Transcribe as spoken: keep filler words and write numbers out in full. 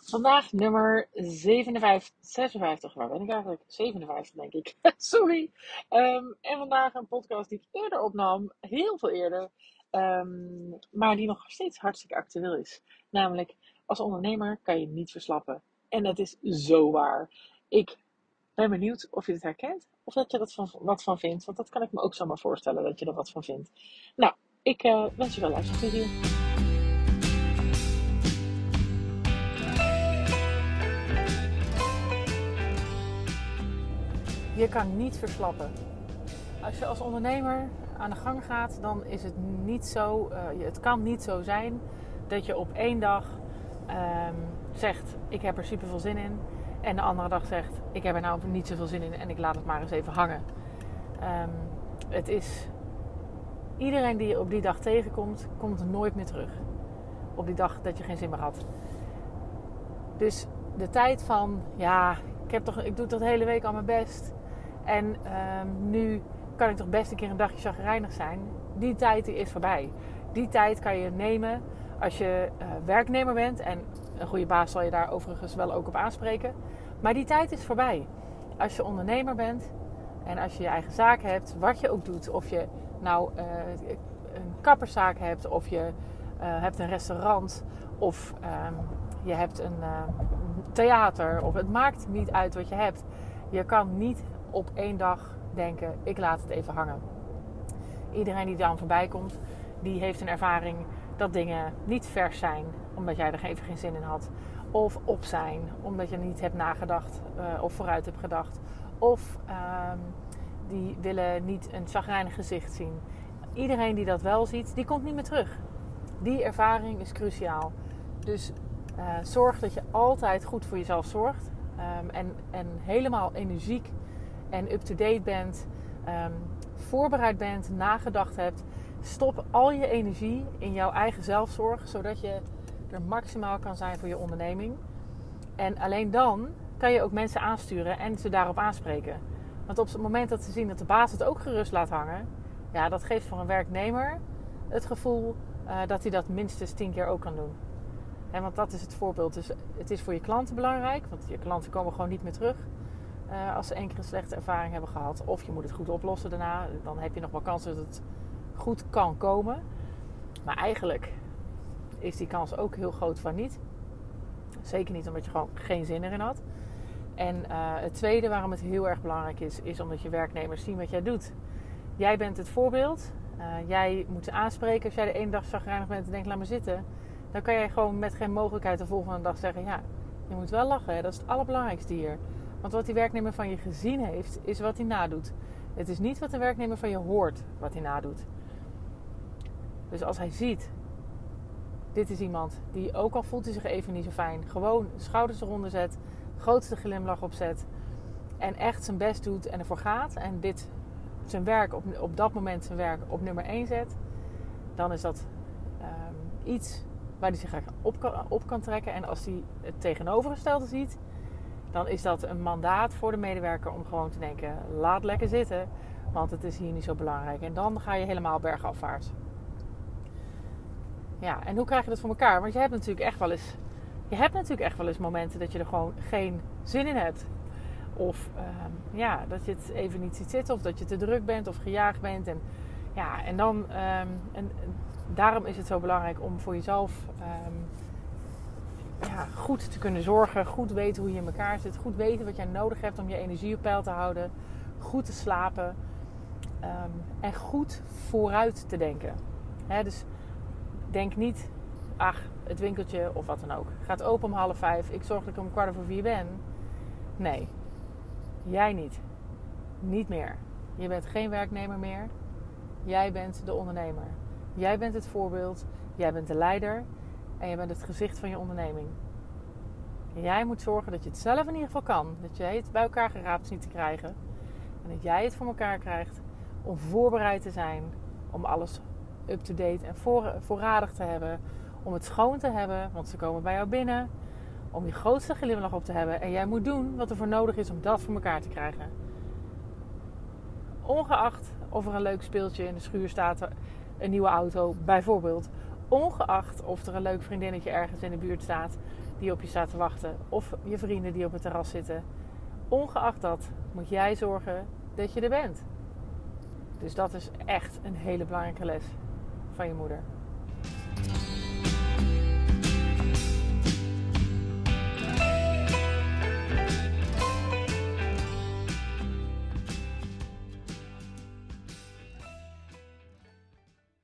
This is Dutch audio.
Vandaag nummer zevenenvijftig, zesenvijftig, waar ben ik eigenlijk? zevenenvijftig denk ik, sorry. Um, en vandaag een podcast die ik eerder opnam, heel veel eerder, um, maar die nog steeds hartstikke actueel is. Namelijk, als ondernemer kan je niet verslappen. En dat is zo waar. Ik ben benieuwd of je het herkent, of dat je er van, wat van vindt, want dat kan ik me ook zomaar voorstellen, dat je er wat van vindt. Nou, ik uh, wens je wel luisterplezier. Je kan niet verslappen. Als je als ondernemer aan de gang gaat, dan is het niet zo, uh, het kan niet zo zijn dat je op één dag um, zegt, ik heb er super veel zin in. En de andere dag zegt, ik heb er nou niet zoveel zin in en ik laat het maar eens even hangen. Um, het is, iedereen die je op die dag tegenkomt, komt nooit meer terug. Op die dag dat je geen zin meer had. Dus de tijd van, ja, ik, heb toch, ik doe toch de hele week al mijn best. En um, nu kan ik toch best een keer een dagje chagrijnig zijn. Die tijd die is voorbij. Die tijd kan je nemen als je uh, werknemer bent. En een goede baas zal je daar overigens wel ook op aanspreken. Maar die tijd is voorbij. Als je ondernemer bent en als je je eigen zaak hebt, wat je ook doet. Of je nou uh, een kapperszaak hebt, of je uh, hebt een restaurant, of um, je hebt een uh, theater. Of het maakt niet uit wat je hebt. Je kan niet op één dag denken, ik laat het even hangen. Iedereen die dan voorbij komt, die heeft een ervaring dat dingen niet vers zijn, omdat jij er even geen zin in had. Of op zijn, omdat je niet hebt nagedacht uh, of vooruit hebt gedacht. Of uh, die willen niet een chagrijnig gezicht zien. Iedereen die dat wel ziet, die komt niet meer terug. Die ervaring is cruciaal. Dus uh, zorg dat je altijd goed voor jezelf zorgt. Um, en, en helemaal energiek en up-to-date bent, um, voorbereid bent, nagedacht hebt. Stop al je energie in jouw eigen zelfzorg, zodat je er maximaal kan zijn voor je onderneming. En alleen dan kan je ook mensen aansturen en ze daarop aanspreken. Want op het moment dat ze zien dat de baas het ook gerust laat hangen, ja, dat geeft voor een werknemer het gevoel uh, dat hij dat minstens tien keer ook kan doen. En want dat is het voorbeeld. Dus het is voor je klanten belangrijk, want je klanten komen gewoon niet meer terug. Uh, als ze één keer een slechte ervaring hebben gehad. Of je moet het goed oplossen daarna. Dan heb je nog wel kans dat het goed kan komen. Maar eigenlijk is die kans ook heel groot van niet. Zeker niet omdat je gewoon geen zin erin had. En uh, het tweede waarom het heel erg belangrijk is, is omdat je werknemers zien wat jij doet. Jij bent het voorbeeld. Uh, jij moet ze aanspreken. Als jij de ene dag chagrijnig bent en denkt, laat me zitten. Dan kan jij gewoon met geen mogelijkheid de volgende dag zeggen, ja, je moet wel lachen. Hè? Dat is het allerbelangrijkste hier. Want wat die werknemer van je gezien heeft, is wat hij nadoet. Het is niet wat de werknemer van je hoort, wat hij nadoet. Dus als hij ziet, dit is iemand die, ook al voelt hij zich even niet zo fijn, gewoon schouders eronder zet, grootste glimlach opzet en echt zijn best doet en ervoor gaat en dit zijn werk op, op dat moment zijn werk op nummer één zet, dan is dat um, iets waar hij zich op kan, op kan trekken. En als hij het tegenovergestelde ziet, dan is dat een mandaat voor de medewerker om gewoon te denken, laat lekker zitten, want het is hier niet zo belangrijk. En dan ga je helemaal bergafwaarts. Ja, en hoe krijg je dat voor elkaar? Want je hebt natuurlijk echt wel eens, je hebt natuurlijk echt wel eens momenten dat je er gewoon geen zin in hebt. Of um, ja, dat je het even niet ziet zitten, of dat je te druk bent of gejaagd bent. En ja, en dan, um, en, daarom is het zo belangrijk om voor jezelf um, ja, goed te kunnen zorgen. Goed weten hoe je in elkaar zit. Goed weten wat jij nodig hebt om je energie op peil te houden. Goed te slapen. Um, en goed vooruit te denken. He, dus denk niet, ach, het winkeltje of wat dan ook. Gaat open om half vijf. Ik zorg dat ik om kwart over vier ben. Nee, jij niet. Niet meer. Je bent geen werknemer meer. Jij bent de ondernemer. Jij bent het voorbeeld. Jij bent de leider. En je bent het gezicht van je onderneming. Jij moet zorgen dat je het zelf in ieder geval kan. Dat jij het bij elkaar geraapt ziet te krijgen. En dat jij het voor elkaar krijgt om voorbereid te zijn. Om alles up-to-date en voor, voorradig te hebben. Om het schoon te hebben, want ze komen bij jou binnen. Om die grootste glimlach op te hebben. En jij moet doen wat er voor nodig is om dat voor elkaar te krijgen. Ongeacht of er een leuk speeltje in de schuur staat, een nieuwe auto bijvoorbeeld. Ongeacht of er een leuk vriendinnetje ergens in de buurt staat. die op je staat te wachten. Of je vrienden die op het terras zitten. Ongeacht dat moet jij zorgen dat je er bent. Dus dat is echt een hele belangrijke les van je moeder.